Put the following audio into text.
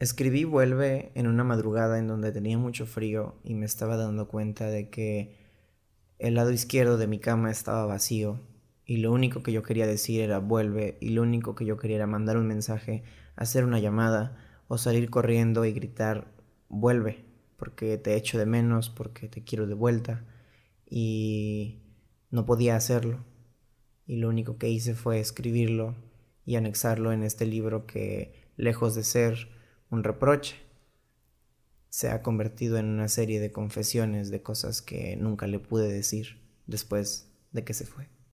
Escribí Vuelve en una madrugada en donde tenía mucho frío y me estaba dando cuenta de que el lado izquierdo de mi cama estaba vacío y lo único que yo quería decir era vuelve y lo único que yo quería era mandar un mensaje, hacer una llamada o salir corriendo y gritar vuelve porque te echo de menos, porque te quiero de vuelta y no podía hacerlo y lo único que hice fue escribirlo y anexarlo en este libro que, lejos de ser un reproche, se ha convertido en una serie de confesiones de cosas que nunca le pude decir después de que se fue.